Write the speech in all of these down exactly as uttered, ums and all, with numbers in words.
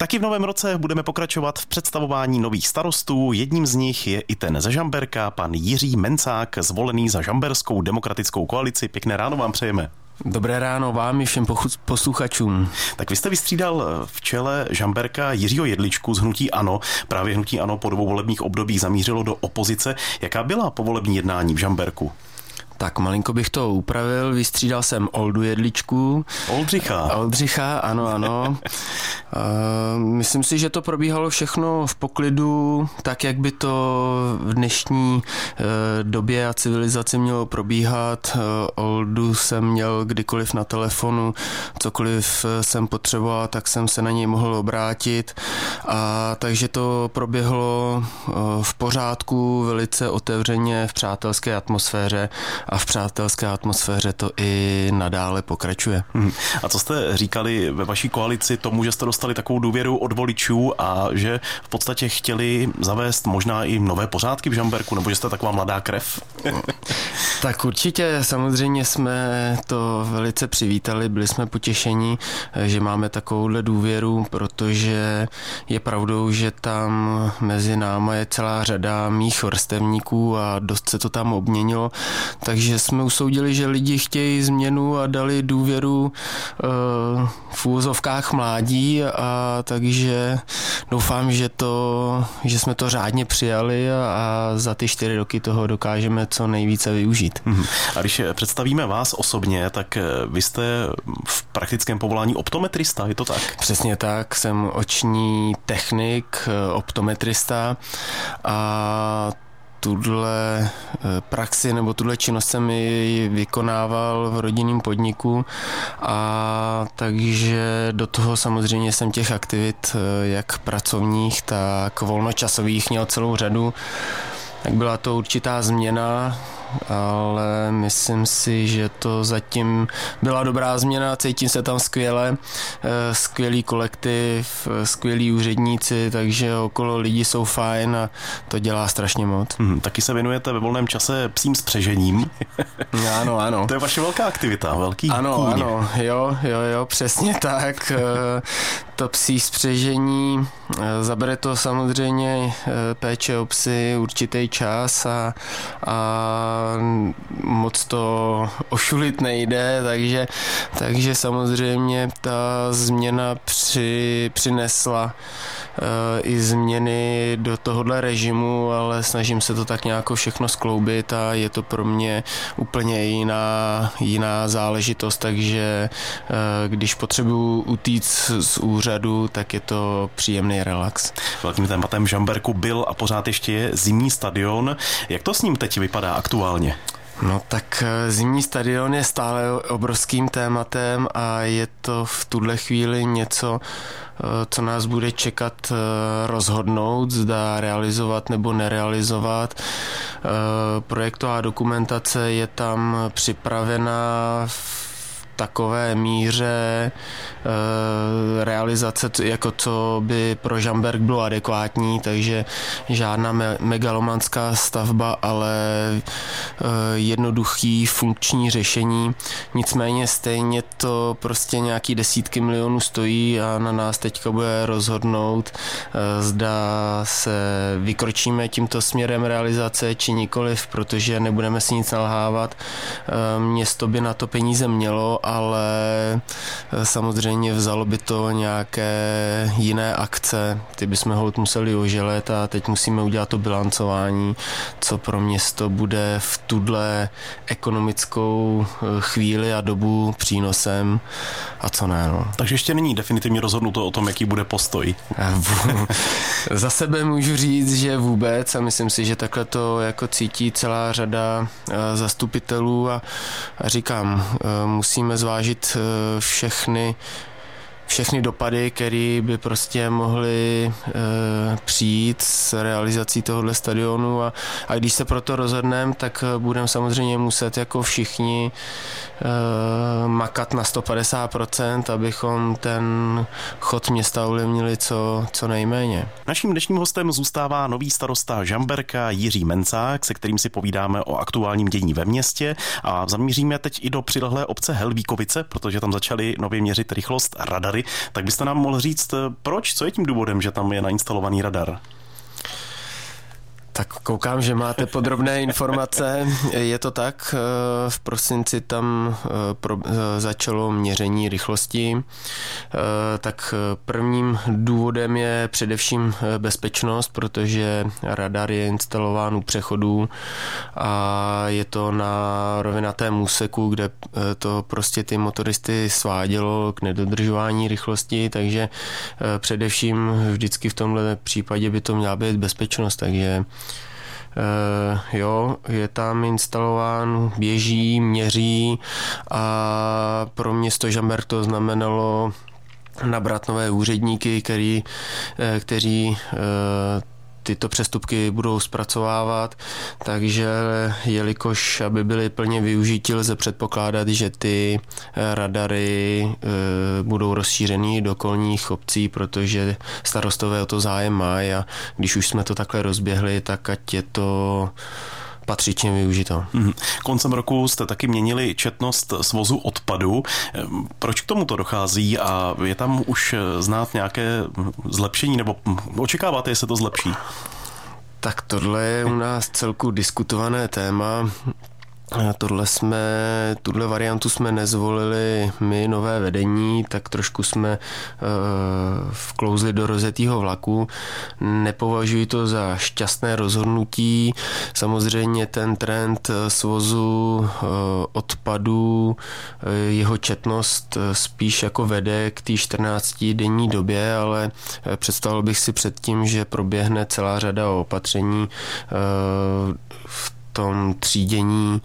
Taky v novém roce budeme pokračovat v představování nových starostů. Jedním z nich je i ten ze Žamberka, pan Jiří Mencák, zvolený za Žamberskou demokratickou koalici. Pěkné ráno vám přejeme. Dobré ráno vám i všem posluchačům. Tak vy jste vystřídal v čele Žamberka Jiřího Jedličku z hnutí ANO. Právě hnutí ANO po dvou volebních obdobích zamířilo do opozice. Jaká byla povolební jednání v Žamberku? Tak malinko bych to upravil, vystřídal jsem Oldu Jedličku. Oldřicha. Oldřicha, ano, ano. Myslím si, že to probíhalo všechno v poklidu, tak jak by to v dnešní době a civilizaci mělo probíhat. Oldu jsem měl kdykoliv na telefonu, cokoliv jsem potřeboval, tak jsem se na něj mohl obrátit. A takže to proběhlo v pořádku, velice otevřeně, v přátelské atmosféře. A v přátelské atmosféře to i nadále pokračuje. Hmm. A co jste říkali ve vaší koalici tomu, že jste dostali takovou důvěru od voličů a že v podstatě chtěli zavést možná i nové pořádky v Žamberku, nebo že jste taková mladá krev? Tak určitě, samozřejmě jsme to velice přivítali, byli jsme potěšeni, že máme takovouhle důvěru, protože je pravdou, že tam mezi náma je celá řada mých vrstevníků a dost se to tam obměnilo, takže jsme usoudili, že lidi chtějí změnu a dali důvěru uh, v úvozovkách mládí, a takže doufám, že, to, že jsme to řádně přijali a, a za ty čtyři roky toho dokážeme co nejvíce využít. Hmm. A když představíme vás osobně, tak vy jste v praktickém povolání optometrista, je to tak? Přesně tak, jsem oční technik, optometrista a tuhle praxi nebo tuhle činnost jsem ji vykonával v rodinném podniku, a takže do toho samozřejmě jsem těch aktivit jak pracovních, tak volnočasových měl celou řadu. Tak byla to určitá změna, ale myslím si, že to zatím byla dobrá změna, cítím se tam skvěle, skvělý kolektiv, skvělí úředníci, takže okolo lidi jsou fajn a to dělá strašně moc. Hmm, taky se věnujete ve volném čase psím spřežením. Ano, ano. To je vaše velká aktivita, velký Ano, kůň. ano, jo, jo, jo, přesně tak. To psí spřežení, zabere to samozřejmě péče o psy určitý čas a, a moc to ošulit nejde, takže, takže samozřejmě ta změna při, přinesla uh, i změny do tohohle režimu, ale snažím se to tak nějak všechno skloubit a je to pro mě úplně jiná, jiná záležitost, takže uh, když potřebuji utíct z úřadu, tak je to příjemný relax. Velkým tématem v Žamberku byl a pořád ještě je zimní stadion. Jak to s ním teď vypadá aktuálně? No tak zimní stadion je stále obrovským tématem a je to v tuhle chvíli něco, co nás bude čekat rozhodnout, zda realizovat nebo nerealizovat. Projektová dokumentace je tam připravena v takové míře e, realizace, jako co by pro Žamberk bylo adekvátní, takže žádná me- megalomanská stavba, ale e, jednoduchý funkční řešení. Nicméně stejně to prostě nějaký desítky milionů stojí a na nás teďka bude rozhodnout, e, zda se vykročíme tímto směrem realizace, či nikoliv, protože nebudeme si nic nalhávat. E, město by na to peníze mělo, ale samozřejmě vzalo by to nějaké jiné akce, ty bychom ho museli oželet a teď musíme udělat to bilancování, co pro město bude v tuhle ekonomickou chvíli a dobu přínosem a co ne. No. Takže ještě není definitivně rozhodnuto o tom, jaký bude postoj. Za sebe můžu říct, že vůbec, a myslím si, že takhle to jako cítí celá řada zastupitelů a, a říkám, musíme zvážit všechny všechny dopady, které by prostě mohly e, přijít s realizací tohohle stadionu a, a když se proto rozhodneme, tak budeme samozřejmě muset jako všichni e, makat na sto padesát procent, abychom ten chod města ovlivnili co, co nejméně. Naším dnešním hostem zůstává nový starosta Žamberka Jiří Mencák, se kterým si povídáme o aktuálním dění ve městě a zamíříme teď i do přilehlé obce Helvíkovice, protože tam začali nově měřit rychlost radary. zmínili, tak byste nám mohl říct, proč, co je tím důvodem, že tam je nainstalovaný radar? Tak koukám, že máte podrobné informace. Je to tak, v prosinci tam začalo měření rychlosti. Tak prvním důvodem je především bezpečnost, protože radar je instalován u přechodů a je to na rovinatém úseku, kde to prostě ty motoristy svádělo k nedodržování rychlosti, takže především vždycky v tomhle případě by to měla být bezpečnost, takže Uh, jo, je tam instalován, běží, měří a pro město Žamberk to znamenalo nabrat nové úředníky, který, kteří uh, tyto přestupky budou zpracovávat, takže jelikož, aby byly plně využití, lze předpokládat, že ty radary e, budou rozšířený do okolních obcí, protože starostové o to zájem mají a když už jsme to takhle rozběhli, tak ať je to patřičně využito. Hmm. Koncem roku jste taky měnili četnost svozu odpadu. Proč k tomuto dochází a je tam už znát nějaké zlepšení nebo očekáváte, že se to zlepší? Tak tohle je u nás celku diskutované téma. Tohle jsme, tuhle variantu jsme nezvolili my, nové vedení, tak trošku jsme uh, vklouzli do rozjetého vlaku. Nepovažuji to za šťastné rozhodnutí. Samozřejmě ten trend svozu uh, odpadů, uh, jeho četnost uh, spíš jako vede k té čtrnáctidenní době, ale uh, představil bych si předtím, že proběhne celá řada opatření uh, v tom třídění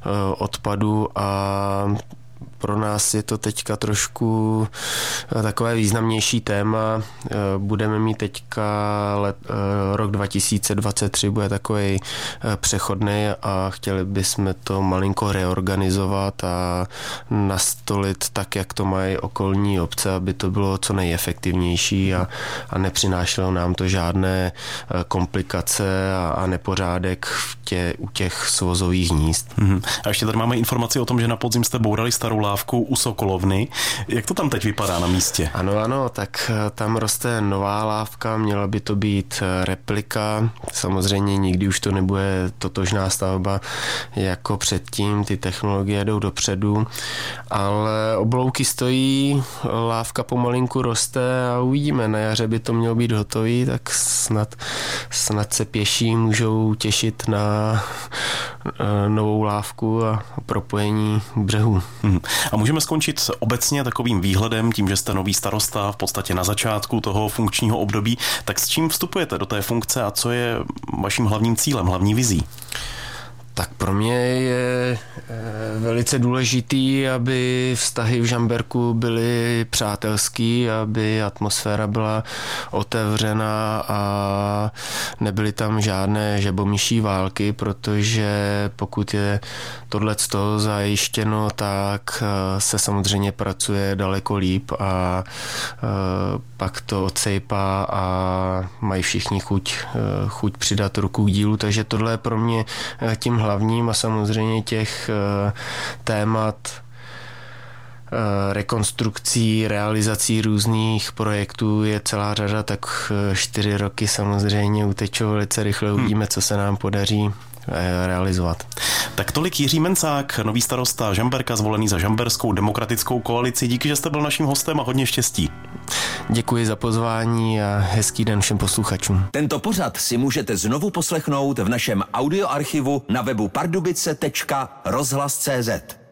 odpadu a pro nás je to teďka trošku takové významnější téma. Budeme mít teďka let, rok dva tisíce dvacet tři, bude takový přechodný a chtěli bychom to malinko reorganizovat a nastolit tak, jak to mají okolní obce, aby to bylo co nejefektivnější a, a nepřinášelo nám to žádné komplikace a, a nepořádek v tě, u těch svozových hnízd. Mm-hmm. A ještě tady máme informaci o tom, že na podzim jste bourali starou lávku u Sokolovny. Jak to tam teď vypadá na místě? Ano, ano, tak tam roste nová lávka, měla by to být replika. Samozřejmě nikdy už to nebude totožná stavba jako předtím, ty technologie jdou dopředu, ale oblouky stojí, lávka pomalinku roste a uvidíme. Na jaře by to mělo být hotový, tak snad, snad se pěší můžou těšit na novou lávku a propojení břehů. Hmm. A můžeme skončit obecně takovým výhledem, tím, že jste nový starosta v podstatě na začátku toho funkčního období, tak s čím vstupujete do té funkce a co je vaším hlavním cílem, hlavní vizí? Tak pro mě je velice důležitý, aby vztahy v Žamberku byly přátelský, aby atmosféra byla otevřená a nebyly tam žádné žebomyší války, protože pokud je tohleto zajištěno, tak se samozřejmě pracuje daleko líp a pak to odsejpá a mají všichni chuť, chuť přidat ruku k dílu, takže tohle je pro mě tím hlavním a samozřejmě těch témat rekonstrukcí, realizací různých projektů je celá řada, tak čtyři roky samozřejmě utečou velice rychle, uvidíme, co se nám podaří realizovat. Tak tolik Jiří Mencák, nový starosta Žamberka, zvolený za Žamberskou demokratickou koalici. Díky, že jste byl naším hostem a hodně štěstí. Děkuji za pozvání a hezký den všem posluchačům. Tento pořad si můžete znovu poslechnout v našem audioarchivu na webu pardubice tečka rozhlas tečka cé zet.